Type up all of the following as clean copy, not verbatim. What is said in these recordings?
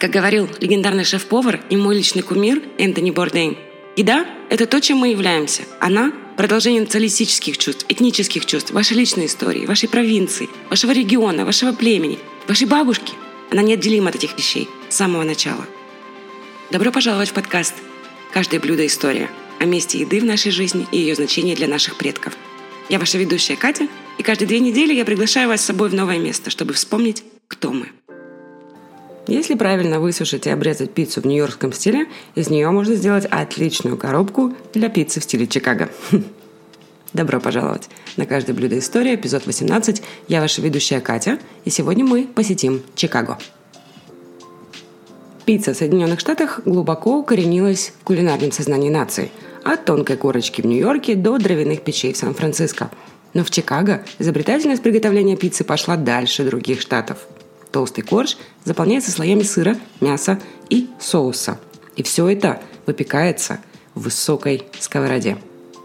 Как говорил легендарный шеф-повар и мой личный кумир Энтони Бордейн, еда – это то, чем мы являемся. Она – продолжение националистических чувств, этнических чувств, вашей личной истории, вашей провинции, вашего региона, вашего племени, вашей бабушки. Она неотделима от этих вещей с самого начала. Добро пожаловать в подкаст «Каждое блюдо – история» о месте еды в нашей жизни и ее значении для наших предков. Я ваша ведущая Катя, и каждые 2 недели я приглашаю вас с собой в новое место, чтобы вспомнить, кто мы. Если правильно высушить и обрезать пиццу в нью-йоркском стиле, из нее можно сделать отличную коробку для пиццы в стиле Чикаго. Добро пожаловать на «Каждое блюдо – история», эпизод 18. Я ваша ведущая Катя, и сегодня мы посетим Чикаго. Пицца в Соединенных Штатах глубоко укоренилась в кулинарном сознании нации, от тонкой корочки в Нью-Йорке до дровяных печей в Сан-Франциско. Но в Чикаго изобретательность приготовления пиццы пошла дальше других штатов. Толстый корж заполняется слоями сыра, мяса и соуса. И все это выпекается в высокой сковороде.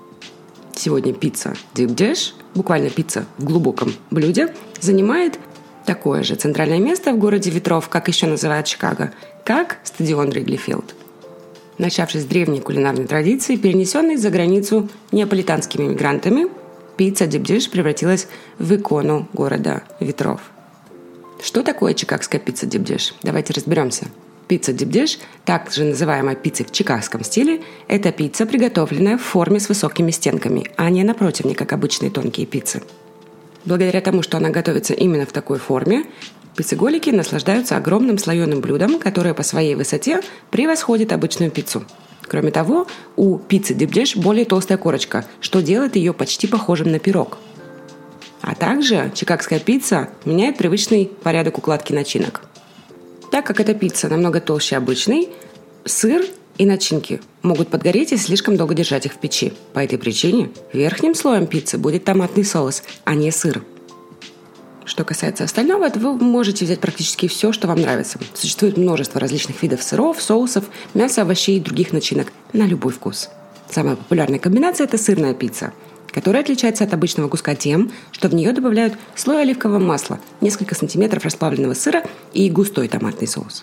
Сегодня пицца Deep Dish, буквально пицца в глубоком блюде, занимает такое же центральное место в городе ветров, как еще называют Чикаго, как стадион Wrigley Field. Начавшись с древней кулинарной традиции, перенесенной за границу неаполитанскими мигрантами, пицца Deep Dish превратилась в икону города ветров. Что такое чикагская пицца Deep Dish? Давайте разберемся. Пицца Deep Dish, также называемая пиццей в чикагском стиле, это пицца, приготовленная в форме с высокими стенками, а не на противне, как обычные тонкие пиццы. Благодаря тому, что она готовится именно в такой форме, пиццеголики наслаждаются огромным слоеным блюдом, которое по своей высоте превосходит обычную пиццу. Кроме того, у пиццы Deep Dish более толстая корочка, что делает ее почти похожим на пирог. А также чикагская пицца меняет привычный порядок укладки начинок. Так как эта пицца намного толще обычной, сыр и начинки могут подгореть и слишком долго держать их в печи. По этой причине верхним слоем пиццы будет томатный соус, а не сыр. Что касается остального, то вы можете взять практически все, что вам нравится. Существует множество различных видов сыров, соусов, мяса, овощей и других начинок на любой вкус. Самая популярная комбинация – это сырная пицца, которая отличается от обычного куска тем, что в нее добавляют слой оливкового масла, несколько сантиметров расплавленного сыра и густой томатный соус.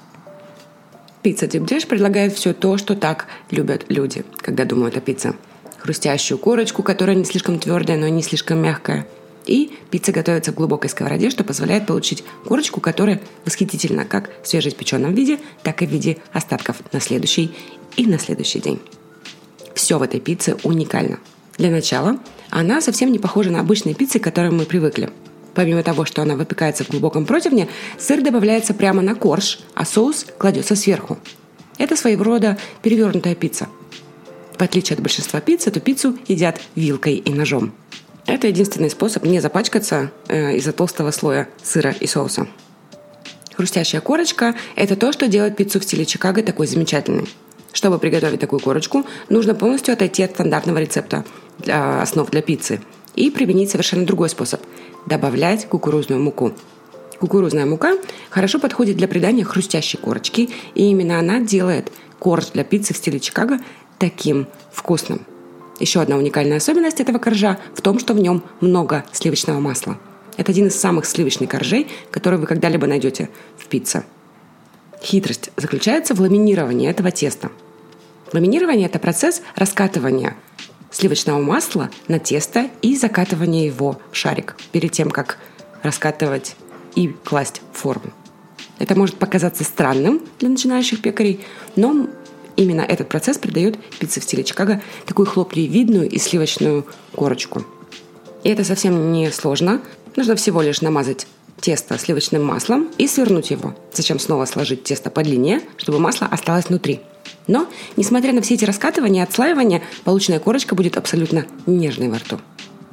Пицца Deep Dish предлагает все то, что так любят люди, когда думают о пицце. Хрустящую корочку, которая не слишком твердая, но и не слишком мягкая. И пицца готовится в глубокой сковороде, что позволяет получить корочку, которая восхитительна как в свежеиспеченном виде, так и в виде остатков на следующий и на следующий день. Все в этой пицце уникально. Для начала, она совсем не похожа на обычные пиццы, к которым мы привыкли. Помимо того, что она выпекается в глубоком противне, сыр добавляется прямо на корж, а соус кладется сверху. Это своего рода перевернутая пицца. В отличие от большинства пицц, эту пиццу едят вилкой и ножом. Это единственный способ не запачкаться из-за толстого слоя сыра и соуса. Хрустящая корочка – это то, что делает пиццу в стиле Чикаго такой замечательной. Чтобы приготовить такую корочку, нужно полностью отойти от стандартного рецепта основ для пиццы и применить совершенно другой способ – добавлять кукурузную муку. Кукурузная мука хорошо подходит для придания хрустящей корочки, и именно она делает корж для пиццы в стиле Чикаго таким вкусным. Еще одна уникальная особенность этого коржа в том, что в нем много сливочного масла. Это один из самых сливочных коржей, которые вы когда-либо найдете в пицце. Хитрость заключается в ламинировании этого теста. Ламинирование – это процесс раскатывания сливочного масла на тесто и закатывания его в шарик перед тем, как раскатывать и класть в форму. Это может показаться странным для начинающих пекарей, но именно этот процесс придает пицце в стиле Чикаго такую хлопьевидную и сливочную корочку. И это совсем не сложно. Нужно всего лишь намазать тесто сливочным маслом и свернуть его. Зачем снова сложить тесто подлиннее, чтобы масло осталось внутри. Но, несмотря на все эти раскатывания и отслаивания, полученная корочка будет абсолютно нежной во рту.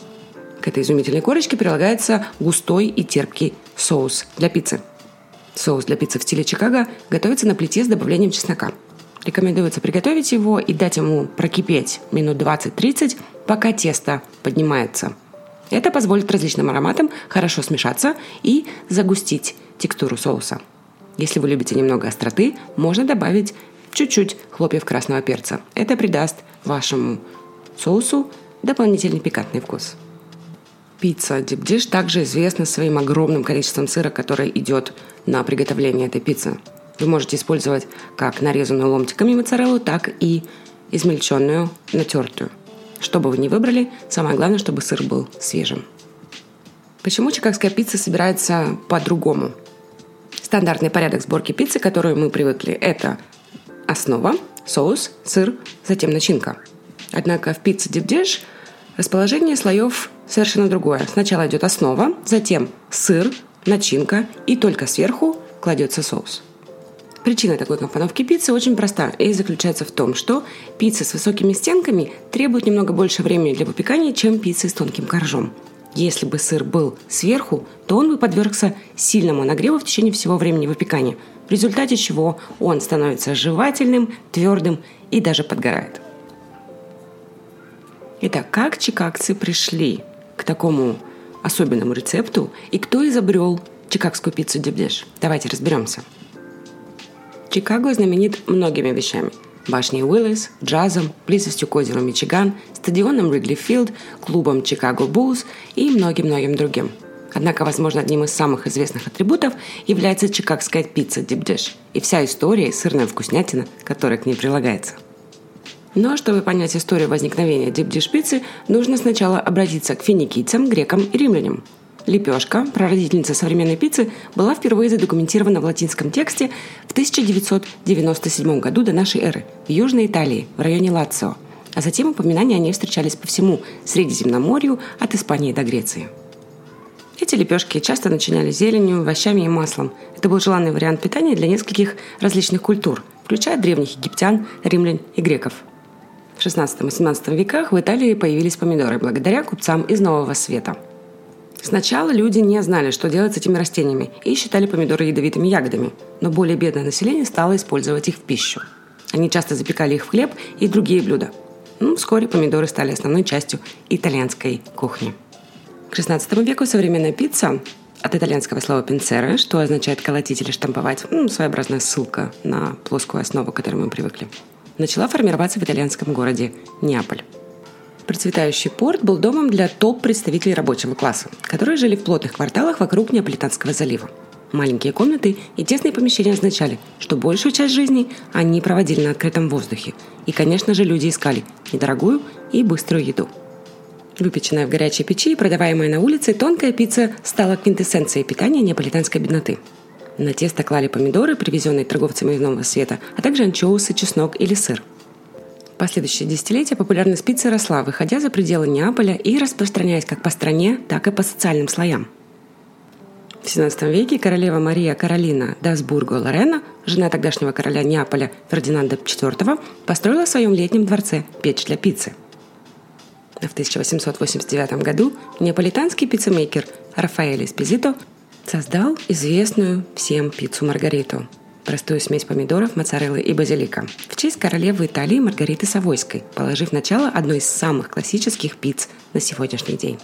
К этой изумительной корочке прилагается густой и терпкий соус для пиццы. Соус для пиццы в стиле Чикаго готовится на плите с добавлением чеснока. Рекомендуется приготовить его и дать ему прокипеть минут 20-30, пока тесто поднимается. Это позволит различным ароматам хорошо смешаться и загустить текстуру соуса. Если вы любите немного остроты, можно добавить чуть-чуть хлопьев красного перца. Это придаст вашему соусу дополнительный пикантный вкус. Пицца Deep Dish также известна своим огромным количеством сыра, который идет на приготовление этой пиццы. Вы можете использовать как нарезанную ломтиками моцареллу, так и измельченную, натертую. Что бы вы ни выбрали, самое главное, чтобы сыр был свежим. Почему чикагская пицца собирается по-другому? Стандартный порядок сборки пиццы, к которому мы привыкли, это основа, соус, сыр, затем начинка. Однако в пицце Deep Dish расположение слоев совершенно другое. Сначала идет основа, затем сыр, начинка и только сверху кладется соус. Причина такой компоновки пиццы очень проста и заключается в том, что пицца с высокими стенками требует немного больше времени для выпекания, чем пиццы с тонким коржом. Если бы сыр был сверху, то он бы подвергся сильному нагреву в течение всего времени выпекания, в результате чего он становится жевательным, твердым и даже подгорает. Итак, как чикагцы пришли к такому особенному рецепту и кто изобрел чикагскую пиццу Deep Dish? Давайте разберемся. Чикаго знаменит многими вещами. Башней Уиллис, джазом, близостью к озеру Мичиган, стадионом Ригли Филд, клубом Чикаго Буллс и многим-многим другим. Однако, возможно, одним из самых известных атрибутов является чикагская пицца Deep Dish и вся история и сырная вкуснятина, которая к ней прилагается. Но чтобы понять историю возникновения Deep Dish пиццы, нужно сначала обратиться к финикийцам, грекам и римлянам. Лепешка, прародительница современной пиццы, была впервые задокументирована в латинском тексте в 1997 году до нашей эры в Южной Италии, в районе Лацио, а затем упоминания о ней встречались по всему Средиземноморью от Испании до Греции. Эти лепешки часто начинялись зеленью, овощами и маслом. Это был желанный вариант питания для нескольких различных культур, включая древних египтян, римлян и греков. В XVI и XVII веках в Италии появились помидоры благодаря купцам из Нового Света. Сначала люди не знали, что делать с этими растениями, и считали помидоры ядовитыми ягодами, но более бедное население стало использовать их в пищу. Они часто запекали их в хлеб и другие блюда. Вскоре помидоры стали основной частью итальянской кухни. К XVI веку современная пицца, от итальянского слова «пинцере», что означает «колотить» или «штамповать», своеобразная ссылка на плоскую основу, к которой мы привыкли, начала формироваться в итальянском городе Неаполь. Процветающий порт был домом для топ-представителей рабочего класса, которые жили в плотных кварталах вокруг Неаполитанского залива. Маленькие комнаты и тесные помещения означали, что большую часть жизни они проводили на открытом воздухе. И, конечно же, люди искали недорогую и быструю еду. Выпеченная в горячей печи и продаваемая на улице, тонкая пицца стала квинтэссенцией питания неаполитанской бедноты. На тесто клали помидоры, привезенные торговцами из Нового Света, а также анчоусы, чеснок или сыр. В последующие десятилетия популярность пиццы росла, выходя за пределы Неаполя и распространяясь как по стране, так и по социальным слоям. В XVII веке королева Мария Каролина Д'Асбурго-Лорена, жена тогдашнего короля Неаполя Фердинанда IV, построила в своем летнем дворце печь для пиццы. В 1889 году неаполитанский пиццемейкер Рафаэль Эспозито создал известную всем пиццу Маргариту – простую смесь помидоров, моцареллы и базилика в честь королевы Италии Маргариты Савойской, положив начало одной из самых классических пицц на сегодняшний день.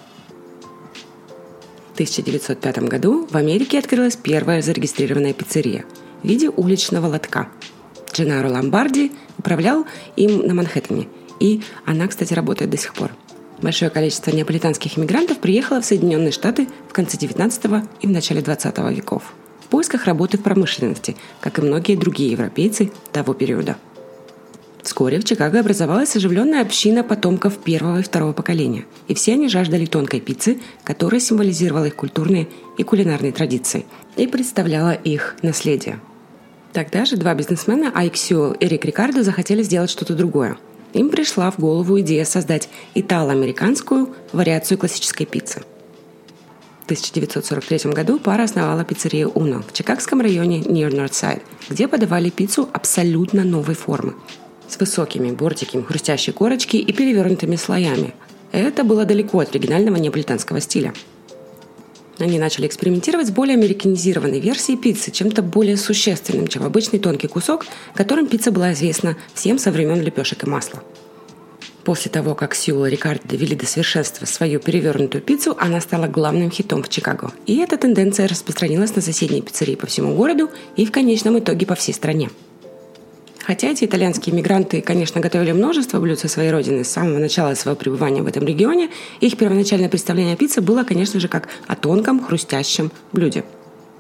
В 1905 году в Америке открылась первая зарегистрированная пиццерия в виде уличного лотка. Дженнаро Ломбарди управлял им на Манхэттене, и она, кстати, работает до сих пор. Большое количество неаполитанских иммигрантов приехало в Соединенные Штаты в конце XIX и в начале XX веков в поисках работы в промышленности, как и многие другие европейцы того периода. Вскоре в Чикаго образовалась оживленная община потомков первого и второго поколения, и все они жаждали тонкой пиццы, которая символизировала их культурные и кулинарные традиции и представляла их наследие. Тогда же два бизнесмена, Айк Сьюэлл и Рик Рикардо, захотели сделать что-то другое. Им пришла в голову идея создать итало-американскую вариацию классической пиццы. В 1943 году пара основала пиццерию «Уно» в чикагском районе Near North Side, где подавали пиццу абсолютно новой формы, с высокими бортиками хрустящей корочки и перевернутыми слоями. Это было далеко от оригинального неаполитанского стиля. Они начали экспериментировать с более американизированной версией пиццы, чем-то более существенным, чем обычный тонкий кусок, которым пицца была известна всем со времен лепешек и масла. После того, как Сьюэлл и Рикардо довели до совершенства свою перевернутую пиццу, она стала главным хитом в Чикаго. И эта тенденция распространилась на соседние пиццерии по всему городу и в конечном итоге по всей стране. Хотя эти итальянские мигранты, конечно, готовили множество блюд со своей родины с самого начала своего пребывания в этом регионе, их первоначальное представление о пицце было, конечно же, как о тонком, хрустящем блюде.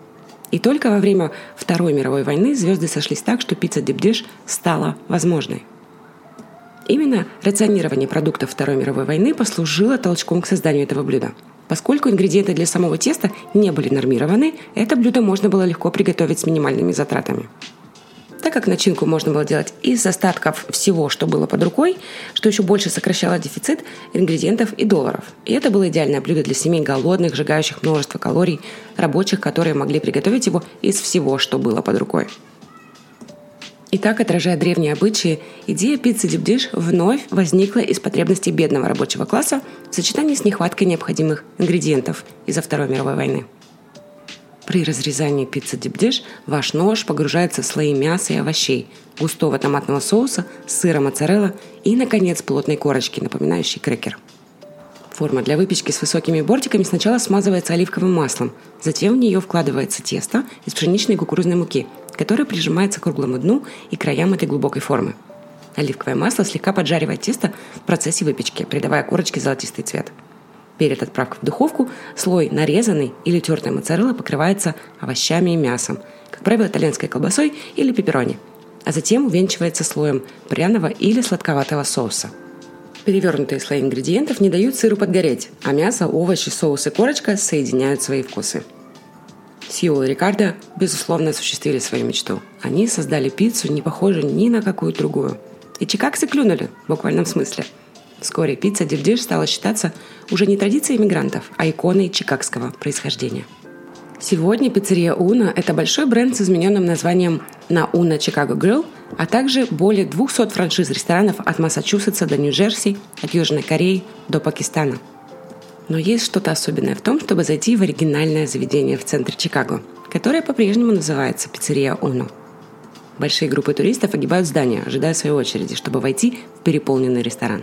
И только во время Второй мировой войны звезды сошлись так, что пицца Deep Dish стала возможной. Именно рационирование продуктов Второй мировой войны послужило толчком к созданию этого блюда. Поскольку ингредиенты для самого теста не были нормированы, это блюдо можно было легко приготовить с минимальными затратами. Так как начинку можно было делать из остатков всего, что было под рукой, что еще больше сокращало дефицит ингредиентов и долларов. И это было идеальное блюдо для семей голодных, сжигающих множество калорий, рабочих, которые могли приготовить его из всего, что было под рукой. Итак, отражая древние обычаи, идея пиццы Deep Dish вновь возникла из потребностей бедного рабочего класса в сочетании с нехваткой необходимых ингредиентов из-за Второй мировой войны. При разрезании пиццы Deep Dish ваш нож погружается в слои мяса и овощей, густого томатного соуса, сыра моцарелла и, наконец, плотной корочки, напоминающей крекер. Форма для выпечки с высокими бортиками сначала смазывается оливковым маслом, затем в нее вкладывается тесто из пшеничной и кукурузной муки, которое прижимается к круглому дну и краям этой глубокой формы. Оливковое масло слегка поджаривает тесто в процессе выпечки, придавая корочке золотистый цвет. Перед отправкой в духовку слой нарезанной или тертой моцареллы покрывается овощами и мясом, как правило, итальянской колбасой или пепперони, а затем увенчивается слоем пряного или сладковатого соуса. Перевернутые слои ингредиентов не дают сыру подгореть, а мясо, овощи, соус и корочка соединяют свои вкусы. Сьюэлл и Рикардо, безусловно, осуществили свою мечту. Они создали пиццу, не похожую ни на какую другую. И чикагцы клюнули, в буквальном смысле. Вскоре пицца Deep Dish стала считаться уже не традицией иммигрантов, а иконой чикагского происхождения. Сегодня пиццерия Уна – это большой бренд с измененным названием на Уна Chicago Grill, а также более 200 франшиз ресторанов от Массачусетса до Нью-Джерси, от Южной Кореи до Пакистана. Но есть что-то особенное в том, чтобы зайти в оригинальное заведение в центре Чикаго, которое по-прежнему называется пиццерия Уна. Большие группы туристов огибают здание, ожидая своей очереди, чтобы войти в переполненный ресторан.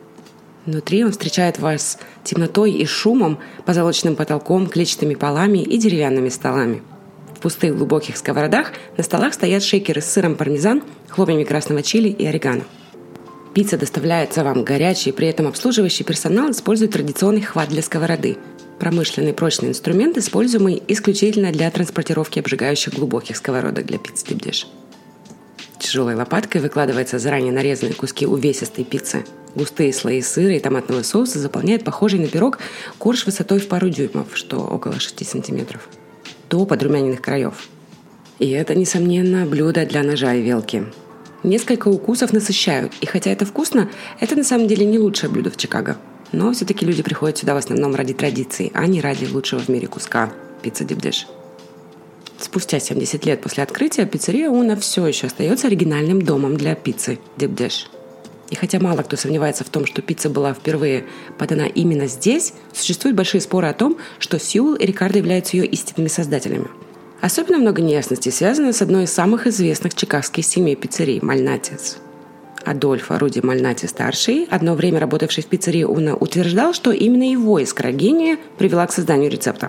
Внутри он встречает вас темнотой и шумом, позолоченным потолком, клетчатыми полами и деревянными столами. В пустых глубоких сковородах на столах стоят шейкеры с сыром пармезан, хлопьями красного чили и орегано. Пицца доставляется вам горячей, при этом обслуживающий персонал использует традиционный хват для сковороды – промышленный прочный инструмент, используемый исключительно для транспортировки обжигающих глубоких сковородок для пиццы Deep Dish. Тяжелой лопаткой выкладываются заранее нарезанные куски увесистой пиццы. Густые слои сыра и томатного соуса заполняют похожий на пирог корж высотой в пару дюймов, что около 6 сантиметров, до подрумяненных краев. И это, несомненно, блюдо для ножа и вилки. Несколько укусов насыщают, и хотя это вкусно, это на самом деле не лучшее блюдо в Чикаго. Но все-таки люди приходят сюда в основном ради традиции, а не ради лучшего в мире куска пиццы Deep Dish. Спустя 70 лет после открытия пиццерия Уна все еще остается оригинальным домом для пиццы Deep Dish. И хотя мало кто сомневается в том, что пицца была впервые подана именно здесь, существуют большие споры о том, что Сьюэлл и Рикардо являются ее истинными создателями. Особенно много неясностей связано с одной из самых известных чикагских семей пиццерий – Мальнатис. Адольфо Руди Мальнати-старший, одно время работавший в пиццерии Уна, утверждал, что именно его искра гения привела к созданию рецепта.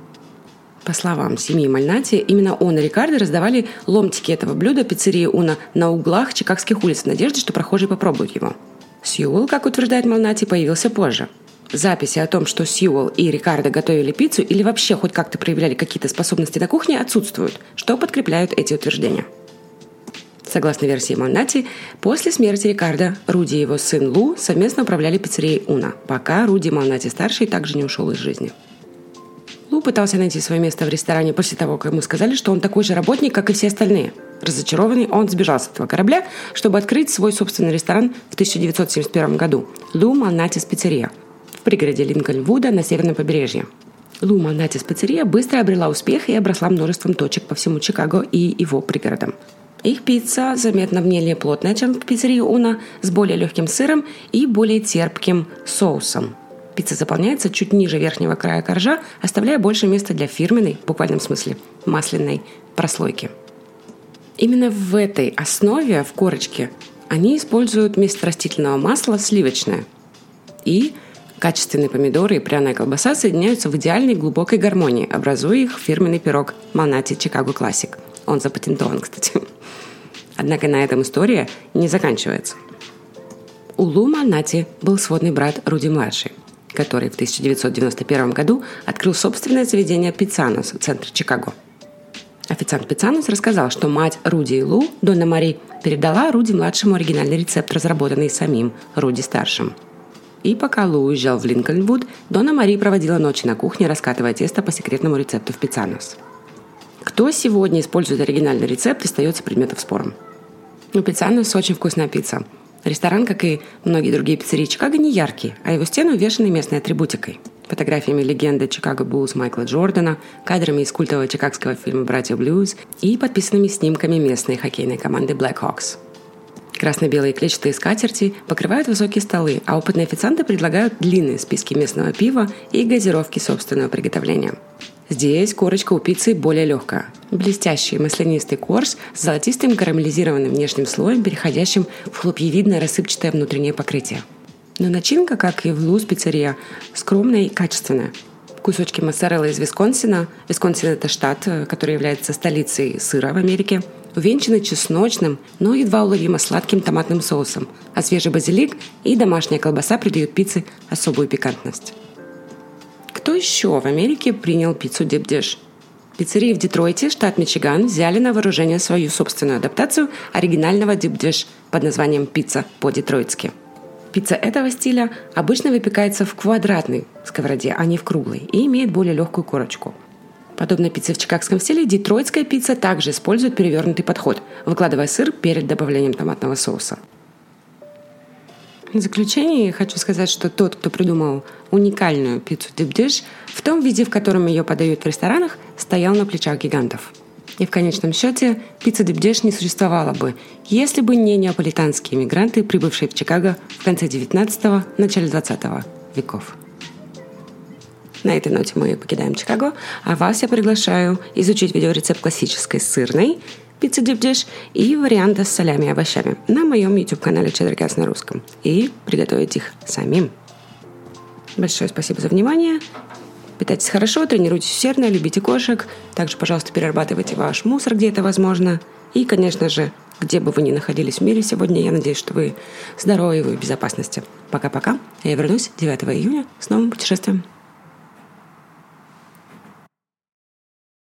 По словам семьи Мальнати, именно он и Рикардо раздавали ломтики этого блюда пиццерии Уна на углах чикагских улиц в надежде, что прохожие попробуют его. Сьюэлл, как утверждает Мальнати, появился позже. Записи о том, что Сьюэлл и Рикардо готовили пиццу или вообще хоть как-то проявляли какие-то способности на кухне, отсутствуют, что подкрепляют эти утверждения. Согласно версии Мальнати, после смерти Рикардо, Руди и его сын Лу совместно управляли пиццерией Уна, пока Руди Мальнати-старший также не ушел из жизни. Лу пытался найти свое место в ресторане после того, как ему сказали, что он такой же работник, как и все остальные. Разочарованный, он сбежал с этого корабля, чтобы открыть свой собственный ресторан в 1971 году – Лу Мальнатис Пиццерия в пригороде Линкольн-Вуда на северном побережье. Лу Мальнатис Пиццерия быстро обрела успех и обросла множеством точек по всему Чикаго и его пригородам. Их пицца заметно менее плотная, чем в пиццерии Уна, с более легким сыром и более терпким соусом. Пицца заполняется чуть ниже верхнего края коржа, оставляя больше места для фирменной, в буквальном смысле, масляной прослойки. Именно в этой основе, в корочке, они используют вместо растительного масла сливочное. И качественные помидоры и пряная колбаса соединяются в идеальной глубокой гармонии, образуя их фирменный пирог Мальнати Чикаго Классик. Он запатентован, кстати. Однако на этом история не заканчивается. У Лу Мальнати был сводный брат Руди-младший, который в 1991 году открыл собственное заведение «Пиццанос» в центре Чикаго. Официант Пиццанос рассказал, что мать Руди и Лу, Донна Мари, передала Руди-младшему оригинальный рецепт, разработанный самим Руди-старшим. И пока Лу уезжал в Линкольнвуд, Донна Мари проводила ночи на кухне, раскатывая тесто по секретному рецепту в Пиццанос. Кто сегодня использует оригинальный рецепт, остается предметом спора. У Пиццанос очень вкусная пицца. Ресторан, как и многие другие пиццерии Чикаго, не яркий, а его стены увешаны местной атрибутикой. Фотографиями легенды Чикаго Буллс Майкла Джордана, кадрами из культового чикагского фильма «Братья Блюз» и подписанными снимками местной хоккейной команды Black Hawks. Красно-белые клетчатые скатерти покрывают высокие столы, а опытные официанты предлагают длинные списки местного пива и газировки собственного приготовления. Здесь корочка у пиццы более легкая. Блестящий маслянистый корж с золотистым карамелизированным внешним слоем, переходящим в хлопьевидное рассыпчатое внутреннее покрытие. Но начинка, как и в Лу's пиццерия, скромная и качественная. Кусочки моцареллы из Висконсина. Висконсин – это штат, который является столицей сыра в Америке. Увенчаны чесночным, но едва уловимо сладким томатным соусом, а свежий базилик и домашняя колбаса придают пицце особую пикантность. Кто еще в Америке принял пиццу Deep Dish? Пиццерии в Детройте, штат Мичиган, взяли на вооружение свою собственную адаптацию оригинального Deep Dish под названием «Пицца по-детройтски». Пицца этого стиля обычно выпекается в квадратной сковороде, а не в круглой, и имеет более легкую корочку. Подобно пицце в чикагском стиле, детройтская пицца также использует перевернутый подход, выкладывая сыр перед добавлением томатного соуса. В заключение хочу сказать, что тот, кто придумал уникальную пиццу Deep Dish, в том виде, в котором ее подают в ресторанах, стоял на плечах гигантов. И в конечном счете пицца Deep Dish не существовала бы, если бы не неаполитанские мигранты, прибывшие в Чикаго в конце 19-го, начале 20 веков. На этой ноте мы покидаем Чикаго, а вас я приглашаю изучить видеорецепт классической сырной пиццы Deep Dish и варианта с солями и овощами на моем YouTube-канале Cheddar Cats на русском и приготовить их самим. Большое спасибо за внимание. Питайтесь хорошо, тренируйтесь усердно, любите кошек. Также, пожалуйста, перерабатывайте ваш мусор, где это возможно. И, конечно же, где бы вы ни находились в мире сегодня, я надеюсь, что вы здоровы и вы в безопасности. Пока-пока. Я вернусь 9 июня с новым путешествием.